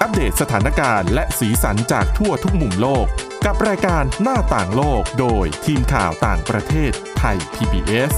อัปเดตสถานการณ์และสีสันจากทั่วทุกมุมโลกกับรายการหน้าต่างโลกโดยทีมข่าวต่างประเทศไทย PBS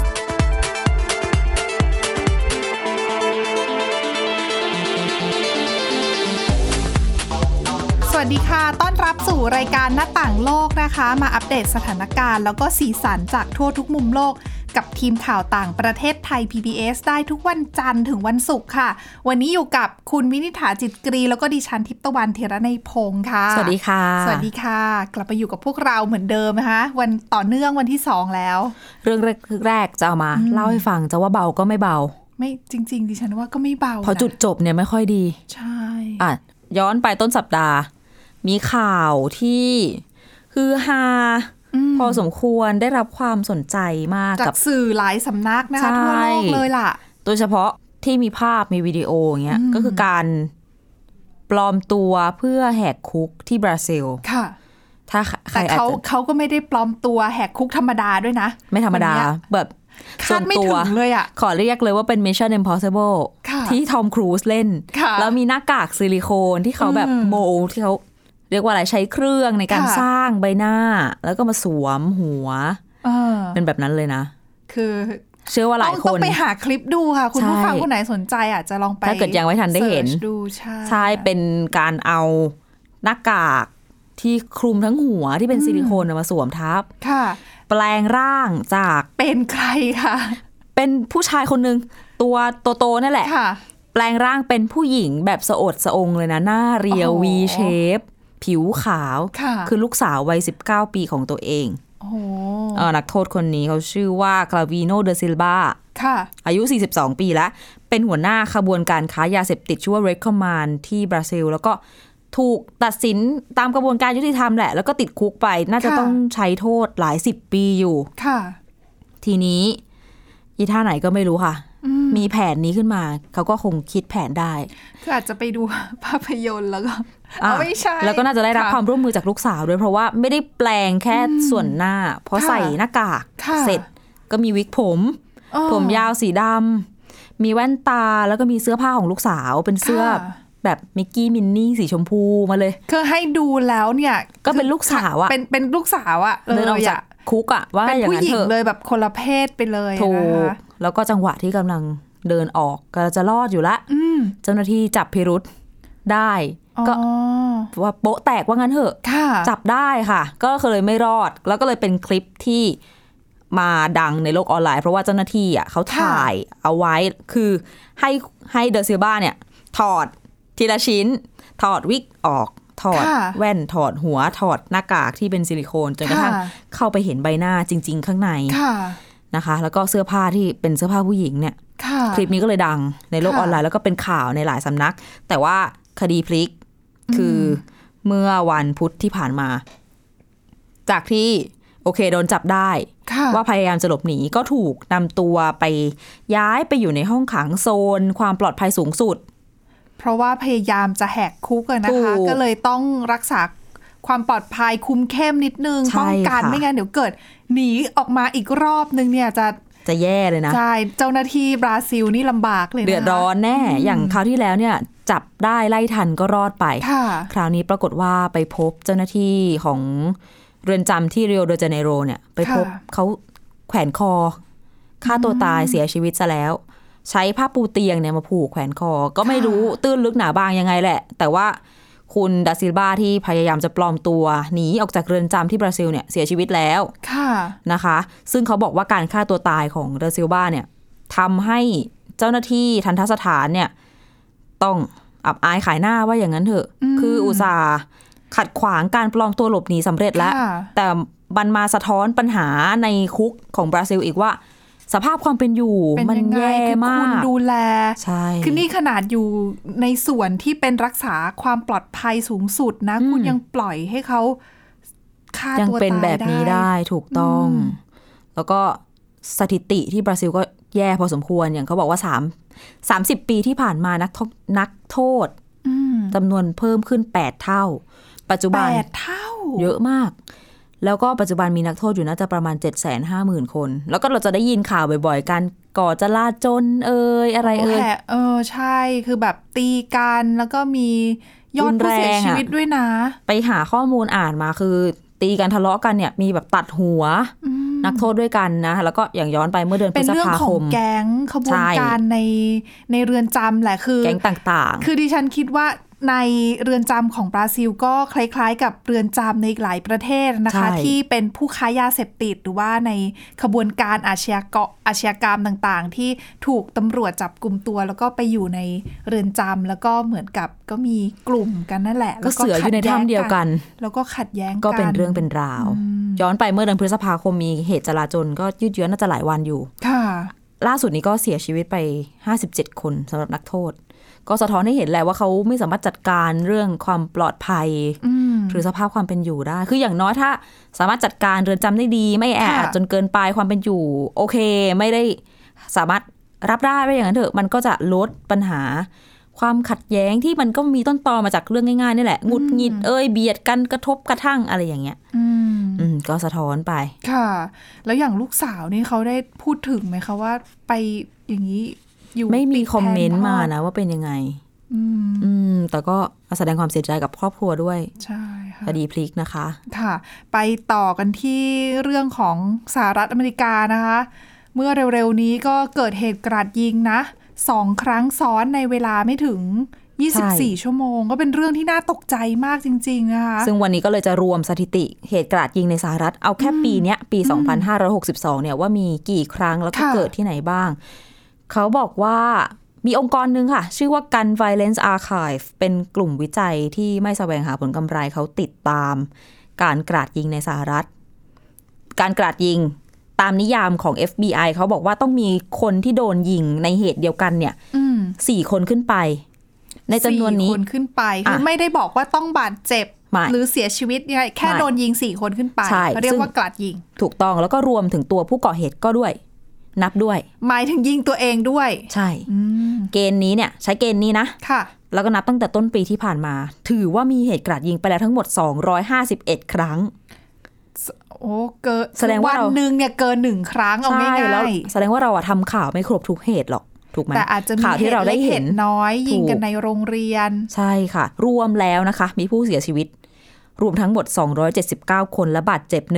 สวัสดีค่ะต้อนรับสู่รายการหน้าต่างโลกนะคะมาอัปเดตสถานการณ์แล้วก็สีสันจากทั่วทุกมุมโลกกับทีมข่าวต่างประเทศไทย PBS ได้ทุกวันจันทร์ถึงวันศุกร์ค่ะวันนี้อยู่กับคุณวินิษฐาจิตกรีแล้วก็ดิฉันทิพย์ตะวันเทระในพงค์ค่ะสวัสดีค่ะสวัสดีค่ะกลับมาอยู่กับพวกเราเหมือนเดิมนะคะวันต่อเนื่องวันที่2แล้วเรื่องแรกจะเอามาเล่าให้ฟังจะว่าเบาก็ไม่เบาไม่จริงๆดิฉันว่าก็ไม่เบาพอจุดจบเนี่ยไม่ค่อยดีใช่ย้อนไปต้นสัปดาห์มีข่าวที่คือฮาพอสมควรได้รับความสนใจมากจากสื่อหลายสำนักนะคะทั่วโลกเลยล่ะโดยเฉพาะที่มีภาพมีวิดีโออย่างเงี้ยก็คือการปลอมตัวเพื่อแหกคุกที่บราซิลค่ะถ้าใครแต่เขาก็ไม่ได้ปลอมตัวแหกคุกธรรมดาด้วยนะไม่ธรรมดาแบบคาดไม่ถึงเลยอ่ะขอเรียกเลยว่าเป็น Mission Impossible ที่ทอมครูซเล่นแล้วมีหน้ากากซิลิโคนที่เขาแบบโมที่เขาเรียกว่าอะไรใช้เครื่องในการสร้างใบหน้าแล้วก็มาสวมหัวเป็นแบบนั้นเลยนะคือเชื่อว่าหลายคนต้องไปหาคลิปดูค่ะคุณผู้ฟังคนไหนสนใจอาจจะลองไปถ้าเกิดยังไม่ทันได้เห็นดูใช่เป็นการเอาหน้ากากที่คลุมทั้งหัวที่เป็นซิลิโคนมาสวมทับค่ะแปลงร่างจากเป็นใครคะเป็นผู้ชายคนนึงตัวโตๆนั่นแหละแปลงร่างเป็นผู้หญิงแบบสะอดสะองเลยนะหน้าเรียว V shape ผิวขาวคือลูกสาววัย19ปีของตัวเองนักโทษคนนี้เขาชื่อว่าคลาวีโนเดซิลบาอายุ42ปีแล้วเป็นหัวหน้าขบวนการค้ายาเสพติดชื่อว่า Red Command ที่บราซิลแล้วก็ถูกตัดสินตามกระบวนการยุติธรรมแหละแล้วก็ติดคุกไปน่าจะต้องใช้โทษหลาย10ปีอยู่ทีนี้อีท่าไหนก็ไม่รู้ค่ะมีแผนนี้ขึ้นมาเขาก็คงคิดแผนได้คืออาจจะไปดูภาพยนตร์แล้วก็ไม่ใช่แล้วก็น่าจะได้รับความร่วมมือจากลูกสาวด้วยเพราะว่าไม่ได้แปลงแค่ส่วนหน้าเพราะใส่หน้ากากเสร็จก็มีวิกผมยาวสีดำมีแว่นตาแล้วก็มีเสื้อผ้าของลูกสาวเป็นเสื้อแบบมิกกี้มินนี่สีชมพูมาเลยคือให้ดูแล้วเนี่ยก็เป็นลูกสาวอะเป็นลูกสาวอะเดินออกจากคุกอะว่าอย่างนั้นเถอะเลยแบบคนละเพศไปเลยนะคะแล้วก็จังหวะที่กำลังเดินออกก็จะรอดอยู่ละเจ้าหน้าที่จับพิรุธได้ก็ว่าโป๊ะแตกว่างั้นเถอะจับได้ค่ะก็เลยไม่รอดแล้วก็เลยเป็นคลิปที่มาดังในโลกออนไลน์เพราะว่าเจ้าหน้าที่อ่ะเขาถ่ายเอาไว้คือให้เดอซิลบาเนี่ยถอดทีละชิ้นถอดวิกออกถอดแว่นถอดหัวถอดหน้ากากที่เป็นซิลิโคนจนกระทั่งเข้าไปเห็นใบหน้าจริงๆข้างในนะคะแล้วก็เสื้อผ้าที่เป็นเสื้อผ้าผู้หญิงเนี่ยคลิปนี้ก็เลยดังในโลกออนไลน์แล้วก็เป็นข่าวในหลายสำนักแต่ว่าคดีพลิกคือเมื่อวันพุธที่ผ่านมาจากที่โอเคโดนจับได้ว่าพยายามจะหลบหนีก็ถูกนำตัวไปย้ายไปอยู่ในห้องขังโซนความปลอดภัยสูงสุดเพราะว่าพยายามจะแหกคุกนะคะก็เลยต้องรักษาความปลอดภัยคุมเข้มนิดนึงป้องกันไม่งั้นเดี๋ยวเกิดหนีออกมาอีกรอบนึงเนี่ยจะแย่เลยนะใช่เจ้าหน้าที่บราซิลนี่ลำบากเลยนะเดือดร้อนแน่อย่างคราวที่แล้วเนี่ยจับได้ไล่ทันก็รอดไปคราวนี้ปรากฏว่าไปพบเจ้าหน้าที่ของเรือนจำที่ริโอเดจาเนโรเนี่ยไปพบเขาแขวนคอฆ่าตัวตายเสียชีวิตซะแล้วใช้ผ้าปูเตียงเนี่ยมาผูกแขวนคอก็ไม่รู้ตื้นลึกหนาบางยังไงแหละแต่ว่าคุณดาซิลบาที่พยายามจะปลอมตัวหนีออกจากเรือนจำที่บราซิลเนี่ยเสียชีวิตแล้วนะคะซึ่งเขาบอกว่าการฆ่าตัวตายของดาซิลบาเนี่ยทำให้เจ้าหน้าที่ทันตสถานเนี่ยต้องอับอายขายหน้าว่าอย่างนั้นเถอะคืออุตส่าห์ขัดขวางการปลอมตัวหลบหนีสำเร็จแล้วแต่มันมาสะท้อนปัญหาในคุกของบราซิลอีกว่าสภาพความเป็นอยู่มันแย่มากคุณดูแลใช่คือนี่ขนาดอยู่ในส่วนที่เป็นรักษาความปลอดภัยสูงสุดนะคุณยังปล่อยให้เขาฆ่าตัวตายได้ยังเป็นแบบนี้ได้ถูกต้องแล้วก็สถิติที่บราซิลก็แย่พอสมควรอย่างเขาบอกว่า30 ปีที่ผ่านมานักโทษจำนวนเพิ่มขึ้น8เท่าปัจจุบัน 8เท่าเยอะมากแล้วก็ปัจจุบันมีนักโทษอยู่น่าจะประมาณ 750,000 คนแล้วก็เราจะได้ยินข่าวบ่อยๆการก่อจลาจลอะไรใช่คือแบบตีกันแล้วก็มียอดผู้เสียชีวิตด้วยนะไปหาข้อมูลอ่านมาคือตีกันทะเลาะกันเนี่ยมีแบบตัดหัวนักโทษด้วยกันนะแล้วก็อย่างย้อนไปเมื่อเดือนพฤษภาคมเป็นเรื่องของแก๊งขบวนการในเรือนจำแหละคือแก๊งต่างๆคือดิฉันคิดว่าในเรือนจำของบราซิลก็คล้ายๆกับเรือนจำในหลายประเทศนะคะที่เป็นผู้ค้ายาเสพติดหรือว่าในขบวนการอาชญากรรมต่างๆที่ถูกตำรวจจับกุมตัวแล้วก็ไปอยู่ในเรือนจำแล้วก็เหมือนกับก็มีกลุ่มกันนั่นแหละก็เสืออยู่ในถ้ำเดียวกันแล้วก็ขัดแย้งกันก็เป็นเรื่องเป็นราวย้อนไปเมื่อเดือนพฤษภาคมมีเหตุจลาจลก็ยืดเยื้อน่าจะหลายวันอยู่ค่ะล่าสุดนี้ก็เสียชีวิตไป57คนสำหรับนักโทษก็สะท้อนให้เห็นแหละว่าเขาไม่สามารถจัดการเรื่องความปลอดภัยหรือสภาพความเป็นอยู่ได้คืออย่างน้อยถ้าสามารถจัดการเรือนจำได้ดีไม่แออัดจนเกินไปความเป็นอยู่โอเคไม่ได้สามารถรับได้ไปอย่างนั้นเถอะมันก็จะลดปัญหาความขัดแย้งที่มันก็มีต้นตอมาจากเรื่องง่ายๆนี่แหละหงุดหงิดเบียดกันกระทบกระทั่งอะไรอย่างเงี้ยก็สะท้อนไปค่ะแล้วอย่างลูกสาวนี่เขาได้พูดถึงไหมคะว่าไปอย่างนี้ไม่มีคอมเมนต์มานะว่าเป็นยังไงแต่ก็แสดงความเสียใจกับครอบครัวด้วยใช่ค่ะคดีพลิกนะคะค่ะไปต่อกันที่เรื่องของสหรัฐอเมริกานะคะเมื่อเร็วๆนี้ก็เกิดเหตุกราดยิงนะ2 ครั้งซ้อนในเวลาไม่ถึง24 ชั่วโมงก็เป็นเรื่องที่น่าตกใจมากจริงๆนะคะซึ่งวันนี้ก็เลยจะรวมสถิติเหตุกราดยิงในสหรัฐเอาแค่ปีนี้ปี2562เนี่ยว่ามีกี่ครั้งแล้วก็เกิดที่ไหนบ้างเขาบอกว่ามีองค์กรหนึ่งค่ะชื่อว่า Gun Violence Archive เป็นกลุ่มวิจัยที่ไม่แสวงหาผลกำไรเขาติดตามการกราดยิงในสหรัฐการกราดยิงตามนิยามของ FBI เขาบอกว่าต้องมีคนที่โดนยิงในเหตุเดียวกันเนี่ย4 คนขึ้นไปในจำนวนนี้ 4 คนขึ้นไปคือไม่ได้บอกว่าต้องบาดเจ็บหรือเสียชีวิตแค่โดนยิง4 คนขึ้นไปเขาเรียกว่ากราดยิงถูกต้องแล้วก็รวมถึงตัวผู้ก่อเหตุก็ด้วยนับด้วยหมายถึงยิงตัวเองด้วยใช่เกณฑ์นี้เนี่ยใช้เกณฑ์นี้นะค่ะแล้วก็นับตั้งแต่ต้นปีที่ผ่านมาถือว่ามีเหตุกราดยิงไปแล้วทั้งหมด251 ครั้งโอ้เกินแสดงว่าวันนึงเนี่ยเกิน1 ครั้งเอาง่ายๆแล้วแสดงว่าเราทำข่าวไม่ครบทุกเหตุหรอกถูกไหมแต่อาจจะมีข่าวที่เราได้เห็นน้อยยิงกันในโรงเรียนใช่ค่ะรวมแล้วนะคะมีผู้เสียชีวิตรวมทั้งหมด279 คนและบาดเจ็บ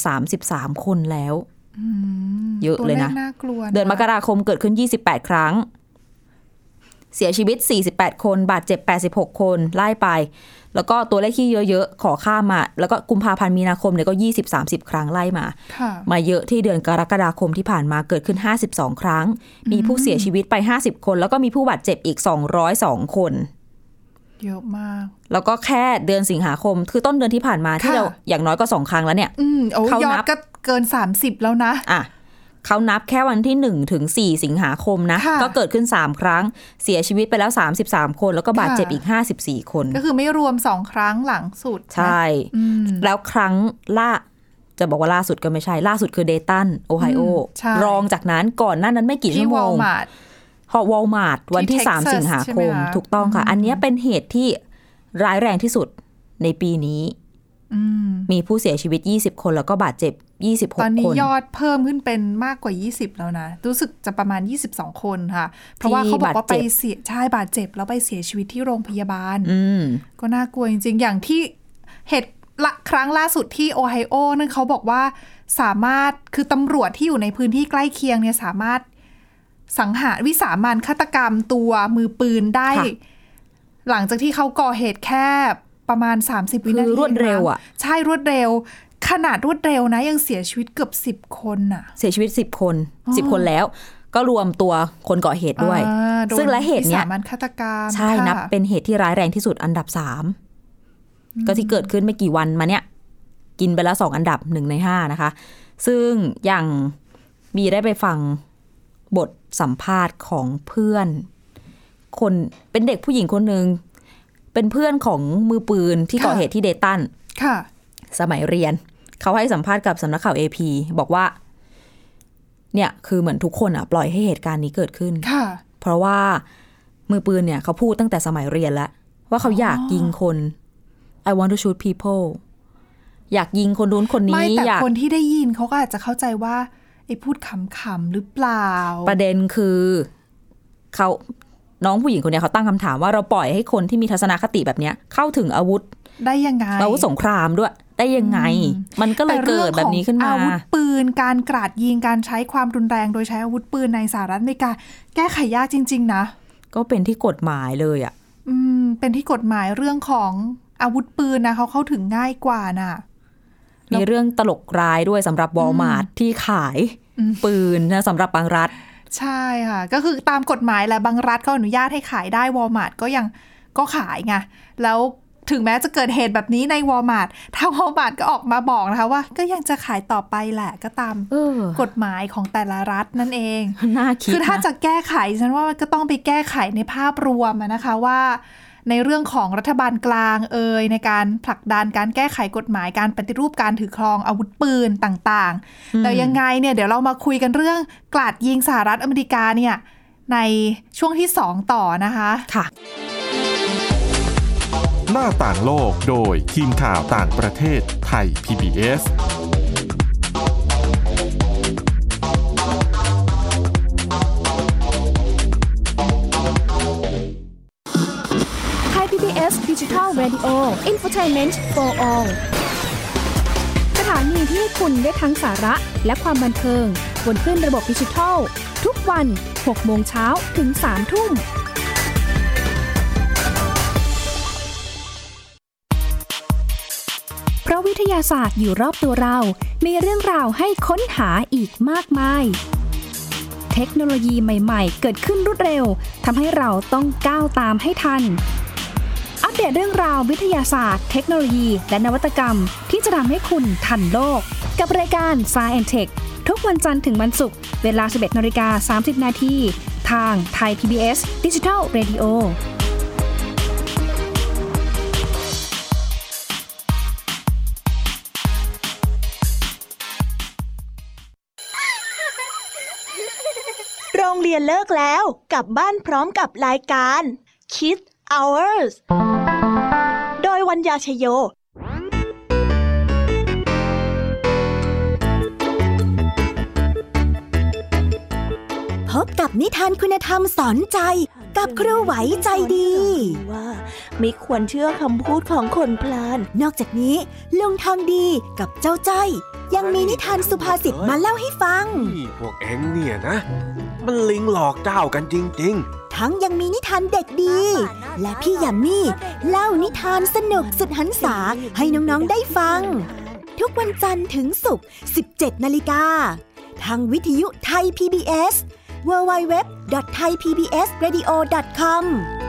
1,033 คนแล้วเยอะเลยนะเดือนมกราคมเกิดขึ้น28 ครั้งเสียชีวิต48 คนบาดเจ็บ86 คนไล่ไปแล้วก็ตัวเลขที่เยอะๆขอข้ามมาแล้วก็กุมภาพันธ์มีนาคมเนี่ยก็20-30 ครั้งไล่มาเยอะที่เดือนกรกฎาคมที่ผ่านมาเกิดขึ้น52 ครั้งมีผู้เสียชีวิตไป50 คนแล้วก็มีผู้บาดเจ็บอีก202 คนเยอะมากแล้วก็แค่เดือนสิงหาคมคือต้นเดือนที่ผ่านมาที่เราอย่างน้อยก็2 ครั้งแล้วเนี่ยเขานับก็เกิน30แล้วนะเขานับแค่วันที่1ถึง4สิงหาคมนะก็เกิดขึ้น3 ครั้งเสียชีวิตไปแล้ว33 คนแล้วก็บาดเจ็บอีก54 คนก็คือไม่รวม2 ครั้งหลังสุดใช่แล้วครั้งจะบอกว่าล่าสุดก็ไม่ใช่ล่าสุดคือเดตันโอไฮโอรองจากนั้นก่อนหน้านั้นไม่กี่ชั่วโมงวอลมาร์ทวันที่3สิงหาคมถูกต้องค่ะอันนี้เป็นเหตุที่ร้ายแรงที่สุดในปีนี้มีผู้เสียชีวิต20 คนแล้วก็บาดเจ็บ26 คนตอนนี้ยอดเพิ่มขึ้นเป็นมากกว่า20แล้วนะรู้สึกจะประมาณ22 คนค่ะเพราะว่าเขาบอกว่าไปเสียใช่บาดเจ็บแล้วไปเสียชีวิตที่โรงพยาบาลก็น่ากลัวจริงๆอย่างที่เหตุครั้งล่าสุดที่โอไฮโอนั่นเขาบอกว่าสามารถคือตำรวจที่อยู่ในพื้นที่ใกล้เคียงเนี่ยสามารถสังหารวิสามันฆาตกรรมตัวมือปืนได้หลังจากที่เขาก่อเหตุแค่ประมาณ30 วินาทีรวดเร็วอ่ะใช่รวดเร็วขนาดรวดเร็วนะยังเสียชีวิตเกือบ10 คนน่ะเสียชีวิต10 คน10 คนแล้วก็รวมตัวคนก่อเหตุด้วยซึ่งและเหตุเนี้ยวิสามันฆาตกรรมใช่นับเป็นเหตุที่ร้ายแรงที่สุดอันดับ3ก็ที่เกิดขึ้นไม่กี่วันมาเนี้ยกินไปแล้ว2 อันดับ1 ใน 5นะคะซึ่งอย่างมีได้ไปฟังบทสัมภาษณ์ของเพื่อนคนเป็นเด็กผู้หญิงคนนึงเป็นเพื่อนของมือปืนที่ก่อเหตุที่เดตันสมัยเรียนเขาให้สัมภาษณ์กับสำนักข่าว AP บอกว่าเนี่ยคือเหมือนทุกคนปล่อยให้เหตุการณ์นี้เกิดขึ้นเพราะว่ามือปืนเนี่ยเขาพูดตั้งแต่สมัยเรียนแล้วว่าเขาอยากยิงคน I want to shoot people อยากยิงคนนู้นคนนี้ไม่แต่คนที่ได้ยินเขาก็อาจจะเข้าใจว่าไอ้พูดขำๆหรือเปล่าประเด็นคือเขาน้องผู้หญิงคนนี้เขาตั้งคำถามว่าเราปล่อยให้คนที่มีทัศนคติแบบนี้เข้าถึงอาวุธได้ยังไงอาวุธสงครามด้วยได้ยังไงมันก็เลยเกิดแบบนี้ขึ้นมาอาวุธปืนการกราดยิงการใช้ความรุนแรงโดยใช้อาวุธปืนในสหรัฐอเมริกาแก้ไขยากจริงๆนะก็เป็นที่กฎหมายเลยอ่ะเป็นที่กฎหมายเรื่องของอาวุธปืนนะเขาเข้าถึงง่ายกว่าน่ะมีเรื่องตลกร้ายด้วยสำหรับวอลมาร์ทที่ขายปืนนะสำหรับบางรัฐใช่ค่ะก็คือตามกฎหมายแหละบางรัฐก็อนุญาตให้ขายได้วอลมาร์ทก็ขายไงแล้วถึงแม้จะเกิดเหตุแบบนี้ในวอลมาร์ทถ้าวอลมาร์ทก็ออกมาบอกนะคะว่าก็ยังจะขายต่อไปแหละก็ตามกฎหมายของแต่ละรัฐนั่นเองน่าคิดคือถ้าจะแก้ไขฉันว่าก็ต้องไปแก้ไขในภาพรวมนะคะว่าในเรื่องของรัฐบาลกลางในการผลักดันการแก้ไขกฎหมายการปฏิรูปการถือครองอาวุธปืนต่างๆแต่ยังไงเนี่ยเดี๋ยวเรามาคุยกันเรื่องกราดยิงสหรัฐอเมริกาเนี่ยในช่วงที่2ต่อนะคะค่ะหน้าต่างโลกโดยทีมข่าวต่างประเทศไทย PBS PBS Digital Radio Infotainment for All สถานีที่คุณได้ทั้งสาระและความบันเทิงบนคลื่นระบบดิจิทัลทุกวัน 6 โมงเช้าถึง 3 ทุ่มเพราะวิทยาศาสตร์อยู่รอบตัวเรามีเรื่องราวให้ค้นหาอีกมากมายเทคโนโลยีใหม่ๆเกิดขึ้นรวดเร็วทำให้เราต้องก้าวตามให้ทันอัปเดตเรื่องราววิทยาศาสตร์เทคโนโลยีและนวัตกรรมที่จะทำให้คุณทันโลกกับรายการ Science Tech ทุกวันจันทร์ถึงวันศุกร์เวลา 11:30 น.ทางไทย PBS Digital Radio โรงเรียนเลิกแล้วกลับบ้านพร้อมกับรายการ Kids Hours โดยวัญญาชโยพบกับนิทานคุณธรรมสอนใจกับครูไหวใจดีว่าไม่ควรเชื่อคำพูดของคนพลานนอกจากนี้ลุงทองดีกับเจ้าจ้อยยังมีนิทานสุภาษิตมาเล่าให้ฟังนี่พวกเอ็งเนี่ยนะมันลิงหลอกเจ้ากันจริงๆทั้งยังมีนิทานเด็กดีและพี่ยามีเล่านิทานสนุกสุดหรรษาให้น้องๆได้ฟังทุกวันจันทร์ถึงศุกร์ 17:00 น.ทางวิทยุไทย PBS www.thaipbsradio.com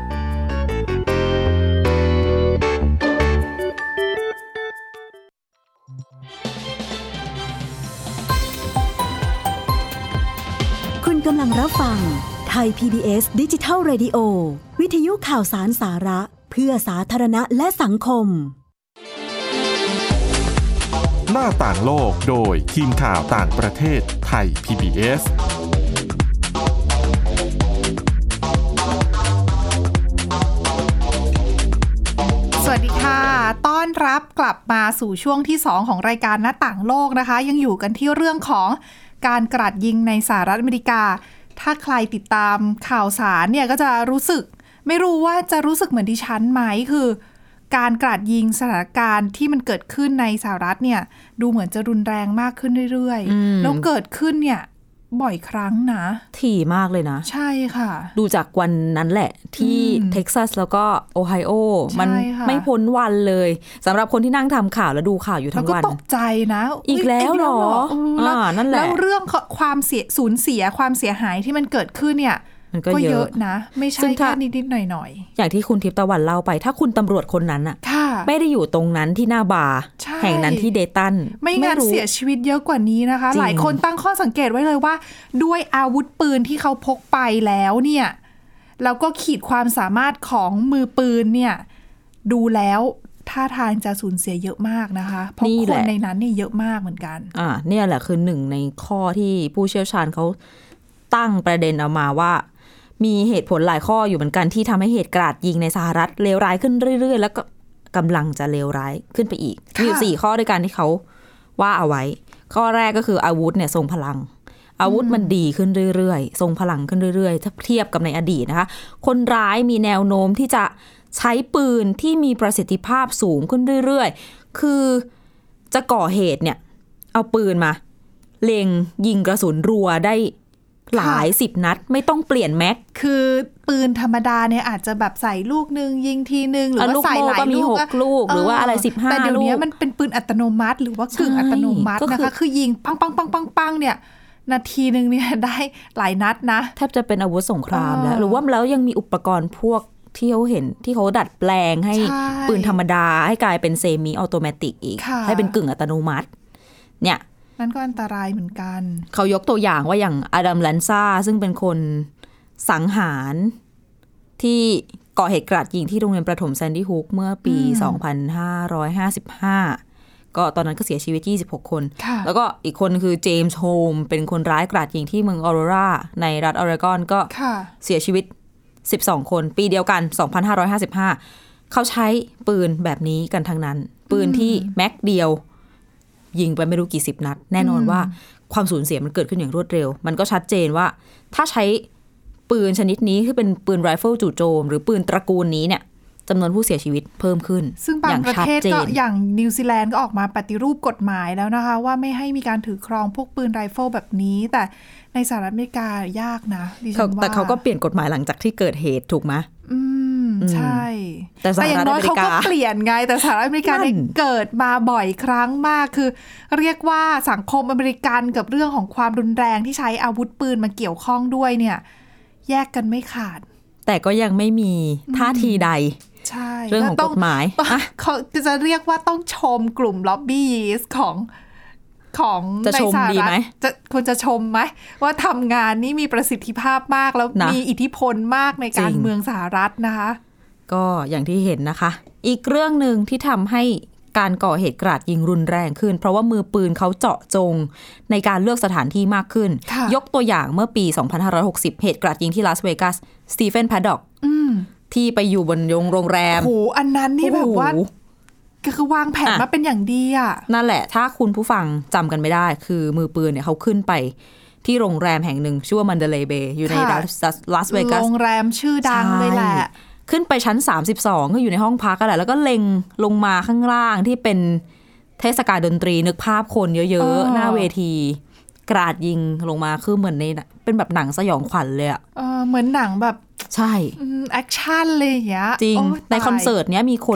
คุณกำลังรับฟังไทย PBS Digital Radio วิทยุข่าวสารสาระเพื่อสาธารณะและสังคมหน้าต่างโลกโดยทีมข่าวต่างประเทศไทย PBS สวัสดีค่ะต้อนรับกลับมาสู่ช่วงที่2ของรายการหน้าต่างโลกนะคะยังอยู่กันที่เรื่องของการกราดยิงในสหรัฐอเมริกาถ้าใครติดตามข่าวสารเนี่ยก็จะรู้สึกไม่รู้ว่าจะรู้สึกเหมือนดิฉันไหมคือการกราดยิงสถานการณ์ที่มันเกิดขึ้นในสหรัฐเนี่ยดูเหมือนจะรุนแรงมากขึ้นเรื่อยๆแล้วเกิดขึ้นเนี่ยบ่อยครั้งนะถี่มากเลยนะใช่ค่ะดูจากวันนั้นแหละที่เท็กซัสแล้วก็โอไฮโอมันไม่พ้นวันเลยสำหรับคนที่นั่งทำข่าวแล้วดูข่าวอยู่ทั้งวันแล้วก็ตกใจนะอีกแล้วหรอนั่นแหละแล้วเรื่องความสูญเสียความเสียหายที่มันเกิดขึ้นเนี่ยก็เยอะนะไม่ใช่แค่นิดๆหน่อยๆอย่างที่คุณทิพย์ตะวันเล่าไปถ้าคุณตำรวจคนนั้นอ่ะไม่ได้อยู่ตรงนั้นที่หน้าบาร์แห่งนั้นที่เดตันไม่งั้นเสียชีวิตเยอะกว่านี้นะคะหลายคนตั้งข้อสังเกตไว้เลยว่าด้วยอาวุธปืนที่เขาพกไปแล้วเนี่ยแล้วก็ขีดความสามารถของมือปืนเนี่ยดูแล้วท่าทางจะสูญเสียเยอะมากนะคะเพราะคนในนั้นเนี่ยเยอะมากเหมือนกันเนี่ยแหละคือหนึ่งในข้อที่ผู้เชี่ยวชาญเขาตั้งประเด็นเอามาว่ามีเหตุผลหลายข้ออยู่เหมือนกันที่ทำให้เหตุกราดยิงในสหรัฐเลวร้ายขึ้นเรื่อยๆแล้วก็กำลังจะเลวร้ายขึ้นไปอีกมีอยู่4ข้อด้วยกันที่เขาว่าเอาไว้ข้อแรกก็คืออาวุธเนี่ยทรงพลังอาวุธมันดีขึ้นเรื่อยๆทรงพลังขึ้นเรื่อยๆถ้าเทียบกับในอดีตนะคะคนร้ายมีแนวโน้มที่จะใช้ปืนที่มีประสิทธิภาพสูงขึ้นเรื่อยๆคือจะก่อเหตุเนี่ยเอาปืนมาเล็งยิงกระสุนรัวได้หลาย10 นัดไม่ต้องเปลี่ยนแม็กคือปืนธรรมดาเนี่ยอาจจะแบบใส่ลูกนึงยิงทีนึงหรือว่าใส่หลายลูก 6 ลูกหรือว่าอะไร15 แต่เดี๋ยวลูกนี้มันเป็นปืนอัตโนมัติหรือว่ากึ่งอัตโนมัตินะคะคือยิงปังปังปังปังปังเนี่ยนาทีนึงเนี่ยได้หลายนัดนะแทบจะเป็นอาวุธสงครามแล้วหรือว่าแล้วยังมีอุปกรณ์พวกที่เขาเห็นที่เขาดัดแปลงให้ปืนธรรมดาให้กลายเป็นเซมิออโตเมติกอีกให้เป็นกึ่งอัตโนมัติเนี่ยนั่นก็อันตรายเหมือนกันเขายกตัวอย่างว่าอย่างอดัม แลนซ่าซึ่งเป็นคนสังหารที่ก่อเหตุกราดยิงที่โรงเรียนประถมแซนดี้ฮุกเมื่อปี 2555ก็ตอนนั้นก็เสียชีวิต26 คนแล้วก็อีกคนคือเจมส์โฮมเป็นคนร้ายกราดยิงที่เมืองออโรราในรัฐออเรกอนก็เสียชีวิต12 คนปีเดียวกัน 2555เขาใช้ปืนแบบนี้กันทั้งนั้นปืนที่แม็กเดียวยิงไปไม่รู้กี่10 นัดแน่นอนว่าความสูญเสียมันเกิดขึ้นอย่างรวดเร็วมันก็ชัดเจนว่าถ้าใช้ปืนชนิดนี้ที่เป็นปืนไรเฟิลจู่โจมหรือปืนตระกูลนี้เนี่ยจำนวนผู้เสียชีวิตเพิ่มขึ้นซึ่งบางประเทศก็อย่างนิวซีแลนด์ก็ออกมาปฏิรูปกฎหมายแล้วนะคะว่าไม่ให้มีการถือครองพวกปืนไรเฟิลแบบนี้แต่ในสหรัฐอเมริกายากนะดิฉันว่าแต่เขาก็เปลี่ยนกฎหมายหลังจากที่เกิดเหตุถูกไหมใช่แต่อย่างน้อยเขาก็เปลี่ยนไงแต่สหรัฐอเมริกาเนี่ยเกิดมาบ่อยครั้งมากคือเรียกว่าสังคมอเมริกันกับเรื่องของความรุนแรงที่ใช้อาวุธปืนมาเกี่ยวข้องด้วยเนี่ยแยกกันไม่ขาดแต่ก็ยังไม่มีท่าทีใดเรื่องของกฎหมายเขาจะเรียกว่าต้องชมกลุ่มล็อบบี้ยีสต์ของในสหรัฐควรจะชมไหมว่าทำงานนี่มีประสิทธิภาพมากแล้วมีอิทธิพลมากในการเมืองสหรัฐนะคะก็อย่างที่เห็นนะคะอีกเรื่องนึงที่ทำให้การก่อเหตุกราดยิงรุนแรงขึ้นเพราะว่ามือปืนเขาเจาะจงในการเลือกสถานที่มากขึ้นยกตัวอย่างเมื่อปี2560เหตุกราดยิงที่ลาสเวกัสสตีเฟน แพดด็อกที่ไปอยู่บนโรงแรมโอ้โหอันนั้นนี่แบบว่าก็คือวางแผนมาเป็นอย่างดีอ่ะนั่นแหละถ้าคุณผู้ฟังจำกันไม่ได้คือมือปืนเนี่ยเขาขึ้นไปที่โรงแรมแห่งหนึ่งชื่อว่ามันเดเลย์เบย์อยู่ในลาสเวกัสโรงแรมชื่อดังเลยแหละขึ้นไปชั้น32ก็อยู่ในห้องพักกันแหละแล้วก็เล็งลงมาข้างล่างที่เป็นเทศกาลดนตรีนึกภาพคนเยอะๆหน้าเวทีกราดยิงลงมาคือเหมือนในเป็นแบบหนังสยองขวัญเลยอะเหมือนหนังแบบใช่แอคชั่นเลยอย่างเงี้ยจริงในคอนเสิร์ตเนี้ยมีคน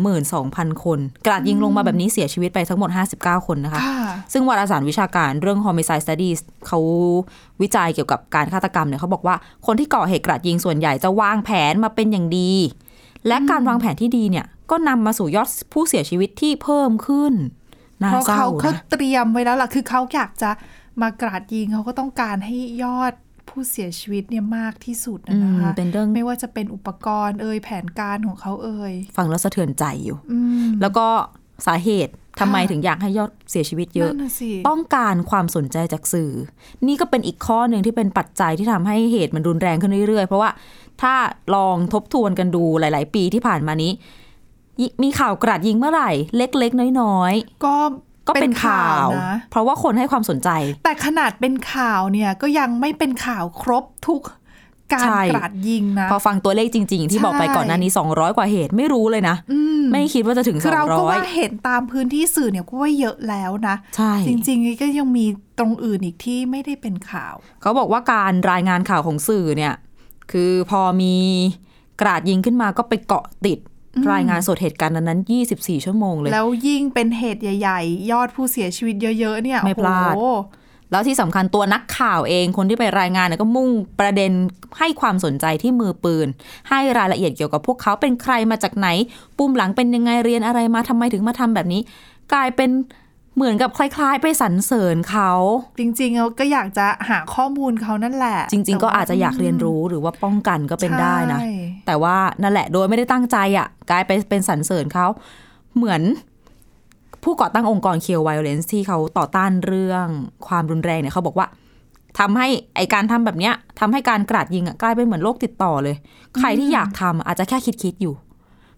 22,000 คนกราดยิงลงมาแบบนี้เสียชีวิตไปทั้งหมด59 คนนะคะซึ่งวารสารวิชาการเรื่อง Homicide Studies เขาวิจัยเกี่ยวกับการฆาตกรรมเนี่ยเขาบอกว่าคนที่ก่อเหตุกราดยิงส่วนใหญ่จะวางแผนมาเป็นอย่างดีและการวางแผนที่ดีเนี่ยก็นำมาสู่ยอดผู้เสียชีวิตที่เพิ่มขึ้นเพราะเขาเตรียมไว้แล้วล่ะคือเขาอยากจะมากราดยิงเขาก็ต้องการให้ยอดผู้เสียชีวิตเนี่ยมากที่สุดนะคะไม่ว่าจะเป็นอุปกรณ์แผนการของเขาฟังแล้วสะเทือนใจอยู่แล้วก็สาเหตุทำไมถึงอยากให้ยอดเสียชีวิตเยอะต้องการความสนใจจากสื่อนี่ก็เป็นอีกข้อหนึ่งที่เป็นปัจจัยที่ทำให้เหตุมันรุนแรงขึ้นเรื่อยๆเพราะว่าถ้าลองทบทวนกันดูหลายๆปีที่ผ่านมานี้มีข่าวกราดยิงเมื่อไหร่เล็กๆน้อยๆก็เป็นข่าวนะเพราะว่าคนให้ความสนใจแต่ขนาดเป็นข่าวเนี่ยก็ยังไม่เป็นข่าวครบทุกการกราดยิงนะพอฟังตัวเลขจริงๆที่บอกไปก่อนหน้านี้200 กว่าเหตุไม่รู้เลยนะไม่คิดว่าจะถึง200คือเราก็ว่าเห็นตามพื้นที่สื่อเนี่ยก็ว่าเยอะแล้วนะจริงๆก็ยังมีตรงอื่นอีกที่ไม่ได้เป็นข่าวเขาบอกว่าการรายงานข่าวของสื่อเนี่ยคือพอมีกราดยิงขึ้นมาก็ไปเกาะติดรายงานสดเหตุการณ์นั้น24 ชั่วโมงเลยแล้วยิ่งเป็นเหตุใหญ่ๆยอดผู้เสียชีวิตเยอะๆเนี่ยไม่พลาดแล้วที่สำคัญตัวนักข่าวเองคนที่ไปรายงานเนี่ยก็มุ่งประเด็นให้ความสนใจที่มือปืนให้รายละเอียดเกี่ยวกับพวกเขาเป็นใครมาจากไหนปุ่มหลังเป็นยังไงเรียนอะไรมาทำไมถึงมาทำแบบนี้กลายเป็นเหมือนกับคล้ายๆไปสรรเสริญเขาจริงๆก็อยากจะหาข้อมูลเขานั่นแหละจริงๆก็อาจจะอยากเรียนรู้หรือว่าป้องกันก็เป็นได้นะแต่ว่านั่นแหละโดยไม่ได้ตั้งใจอ่ะกลายไปเป็นสรรเสริญเขาเหมือนผู้ก่อตั้งองค์กร Kill Violence ที่เขาต่อต้านเรื่องความรุนแรงเนี่ยเขาบอกว่าทำให้ไอการทำแบบเนี้ยทำให้การกราดยิงอ่ะกลายเป็นเหมือนโรคติดต่อเลยใครที่อยากทำอาจจะแค่คิดอยู่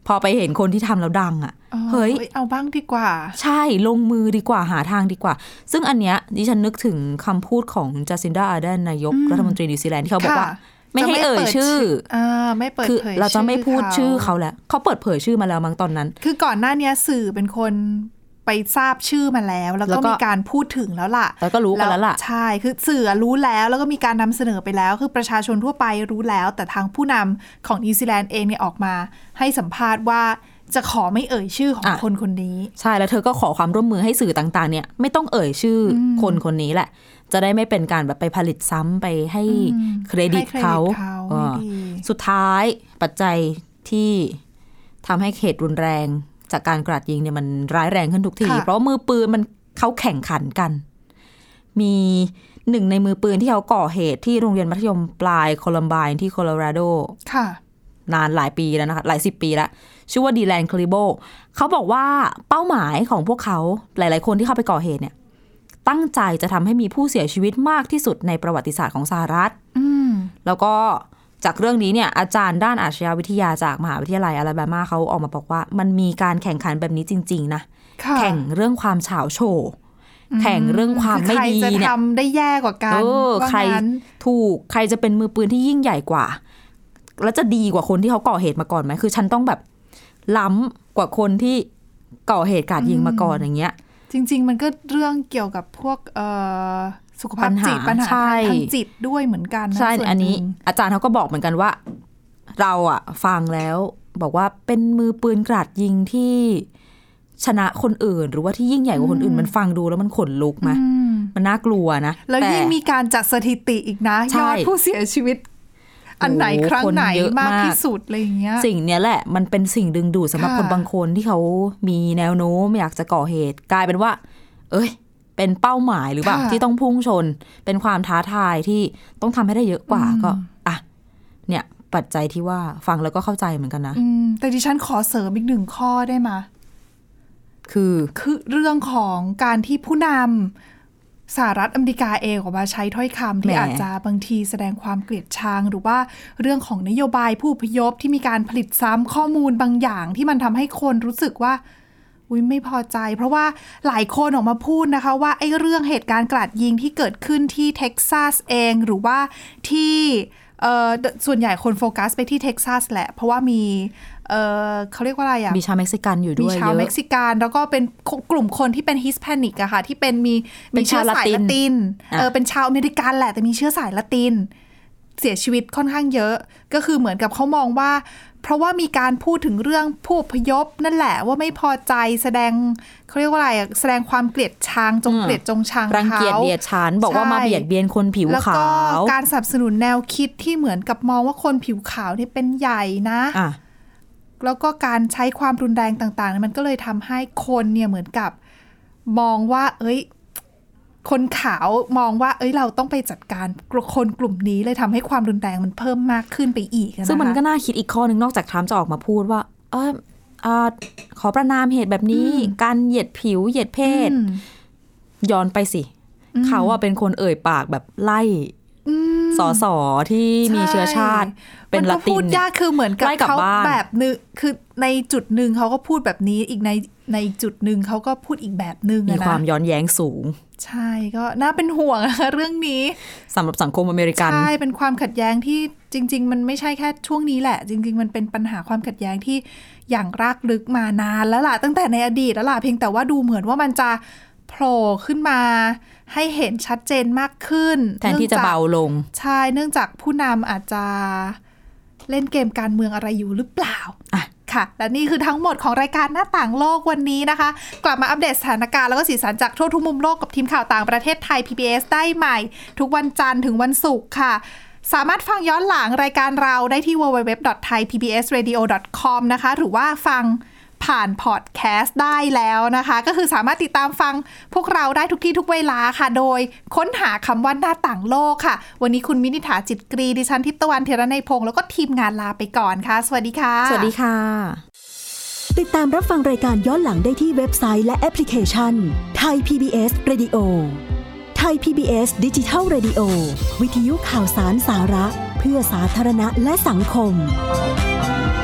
พอไปเห็นคนที่ทำแล้วดังอ่ะเฮ้ยเอาบ้างดีกว่าใช่ลงมือดีกว่าหาทางดีกว่าซึ่งอันเนี้ยดิฉันนึกถึงคำพูดของจัสซินดาอาร์เดนนายกรัฐมนตรีนิวซีแลนด์ที่เขาบอกว่าไม่ให้เอ่ยชื่อไม่เปิดเผยเราจะไม่พูดชื่อเขาแล้วเขาเปิดเผยชื่อมาแล้วมั้งตอนนั้นคือก่อนหน้านี้สื่อเป็นคนไปทราบชื่อมาแล้วแล้วก็มีการพูดถึงแล้วล่ะแล้วก็รู้กันแล้วล่ะใช่คือสื่อรู้แล้วก็มีการนำเสนอไปแล้วคือประชาชนทั่วไปรู้แล้วแต่ทางผู้นำของนิวซีแลนด์เองเนี่ยออกมาให้สัมภาษณ์ว่าจะขอไม่เอ่ยชื่อของคนคนนี้ใช่แล้วเธอก็ขอความร่วมมือให้สื่อต่างๆเนี่ยไม่ต้องเอ่ยชื่อคนคนนี้แหละจะได้ไม่เป็นการแบบไปผลิตซ้ำไปให้เครดิตเขาสุดท้ายปัจจัยที่ทำให้เหตุรุนแรงจากการกราดยิงเนี่ยมันร้ายแรงขึ้นทุกทีเพราะมือปืนมันเขาแข่งขันกันมีหนึ่งในมือปืนที่เขาก่อเหตุที่โรงเรียนมัธยมปลายโคลัมไบน์ที่โคโลราโดนานหลายปีแล้วนะคะหลาย10 ปีแล้วชื่อว่าดีแลนคลิโบเขาบอกว่าเป้าหมายของพวกเขาหลายๆคนที่เข้าไปก่อเหตุเนี่ยตั้งใจจะทำให้มีผู้เสียชีวิตมากที่สุดในประวัติศาสตร์ของสหรัฐแล้วก็จากเรื่องนี้เนี่ยอาจารย์ด้านอาชญาวิทยาจากมหาวิทยาลัยอลาบามาเขาออกมาบอกว่ามันมีการแข่งขันแบบนี้จริงๆนะแข่งเรื่องความฉาวโฉว์แข่งเรื่องความไม่ดีเนี่ยใครจะทำได้แย่กว่ากันใครถูกใครจะเป็นมือปืนที่ยิ่งใหญ่กว่าแล้วจะดีกว่าคนที่เขาก่อเหตุมาก่อนไหมคือฉันต้องแบบล้ำกว่าคนที่ก่อเหตุกราดยิงมาก่อนอย่างเงี้ยจริงๆมันก็เรื่องเกี่ยวกับพวกสุขภาพจิตปัญหาทางจิตด้วยเหมือนกันใช่อันนี้อาจารย์เขาก็บอกเหมือนกันว่าเราอะฟังแล้วบอกว่าเป็นมือปืนกราดยิงที่ชนะคนอื่นหรือว่าที่ยิ่งใหญ่กว่าคนอื่นมันฟังดูแล้วมันขนลุกไหมมันน่ากลัวนะแล้วยิ่งมีการจัดสถิติอีกนะยอดผู้เสียชีวิตอันไหนครั้งไหนมากที่สุดอะไรอย่างเงี้ยสิ่งเนี้ยแหละมันเป็นสิ่งดึงดูดสำหรับคนบางคนที่เขามีแนวโน้มอยากจะก่อเหตุกลายเป็นว่าเป็นเป้าหมายหรือเปล่าที่ต้องพุ่งชนเป็นความท้าทายที่ต้องทำให้ได้เยอะกว่าก็เนี่ยปัจจัยที่ว่าฟังแล้วก็เข้าใจเหมือนกันนะแต่ดิฉันขอเสริมอีก1 ข้อได้ไหมคือเรื่องของการที่ผู้นำสหรัฐอเมริกาเองออกมาใช้ถ้อยคำที่อาจจะบางทีแสดงความเกลียดชังหรือว่าเรื่องของนโยบายผู้อพยพที่มีการผลิตซ้ำข้อมูลบางอย่างที่มันทำให้คนรู้สึกว่าไม่พอใจเพราะว่าหลายคนออกมาพูดนะคะว่าไอ้เรื่องเหตุการณ์กราดยิงที่เกิดขึ้นที่เท็กซัสเองหรือว่าที่ส่วนใหญ่คนโฟกัสไปที่เท็กซัสแหละเพราะว่ามีเขาเรียกว่าอะไรมีชาวเม็กซิกันอยู่ด้วยมีชาวเม็กซิกันแล้วก็เป็นกลุ่มคนที่เป็นฮิสแพนิกอะค่ะที่มีเชื้อสายละตินเป็นชาวอเมริกันแหละแต่มีเชื้อสายละตินเสียชีวิตค่อนข้างเยอะก็คือเหมือนกับเขามองว่าเพราะว่ามีการพูดถึงเรื่องผู้อพยพนั่นแหละว่าไม่พอใจแสดงเขาเรียกว่าอะไรแสดงความเกลียดชังเกลียดจงชังเขารังเกียจเบียดฉันบอกว่ามาเบียดเบียนคนผิวขาวแล้วก็การสนับสนุนแนวคิดที่เหมือนกับมองว่าคนผิวขาวนี่เป็นใหญ่นะแล้วก็การใช้ความรุนแรงต่างๆมันก็เลยทำให้คนเนี่ยเหมือนกับมองว่าคนขาวมองว่าเราต้องไปจัดการคนกลุ่มนี้เลยทำให้ความรุนแรงมันเพิ่มมากขึ้นไปอีกนะคะซึ่งมันก็น่าคิดอีกข้อนึงนอกจากทรัมป์จะออกมาพูดว่าขอประณามเหตุแบบนี้การเหยียดผิวเหยียดเพศย้อนไปสิเขาเป็นคนเอ่ยปากแบบไล่สอที่มีเชื้อชาติเป็นละตินพูดยากคือเหมือนกับเขาแบบนึงคือในจุดหนึ่งเขาก็พูดแบบนี้อีกในจุดหนึ่งเขาก็พูดอีกแบบนึงมีความย้อนแย้งสูงใช่ก็น่าเป็นห่วงนะคะเรื่องนี้สำหรับสังคมอเมริกันใช่เป็นความขัดแย้งที่จริงๆมันไม่ใช่แค่ช่วงนี้แหละจริงๆมันเป็นปัญหาความขัดแย้งที่อย่างรากลึกมานานแล้วล่ะตั้งแต่ในอดีตแล้วล่ะเพียงแต่ว่าดูเหมือนว่ามันจะโผล่ขึ้นมาให้เห็นชัดเจนมากขึ้นแทนที่จะเบาลงใช่เนื่องจากผู้นำอาจจะเล่นเกมการเมืองอะไรอยู่หรือเปล่าค่ะและนี่คือทั้งหมดของรายการหน้าต่างโลกวันนี้นะคะกลับมาอัปเดตสถานการณ์แล้วก็สีสันจากทั่วทุกมุมโลกกับทีมข่าวต่างประเทศไทย PBS ได้ใหม่ทุกวันจันทร์ถึงวันศุกร์ค่ะสามารถฟังย้อนหลังรายการเราได้ที่ www.thaipbsradio.com นะคะหรือว่าฟังผ่านพอดแคสต์ได้แล้วนะคะก็คือสามารถติดตามฟังพวกเราได้ทุกที่ทุกเวลาค่ะโดยค้นหาคำว่าหน้าต่างโลกค่ะวันนี้คุณมินิษฐาจิตกรีดิฉันทิพย์ตะวันเทระนัยพงษ์แล้วก็ทีมงานลาไปก่อนค่ะสวัสดีค่ะสวัสดีค่ะติดตามรับฟังรายการย้อนหลังได้ที่เว็บไซต์และแอปพลิเคชัน Thai PBS Radio Thai PBS Digital Radio วิทยุข่าวสารสาระเพื่อสาธารณะและสังคม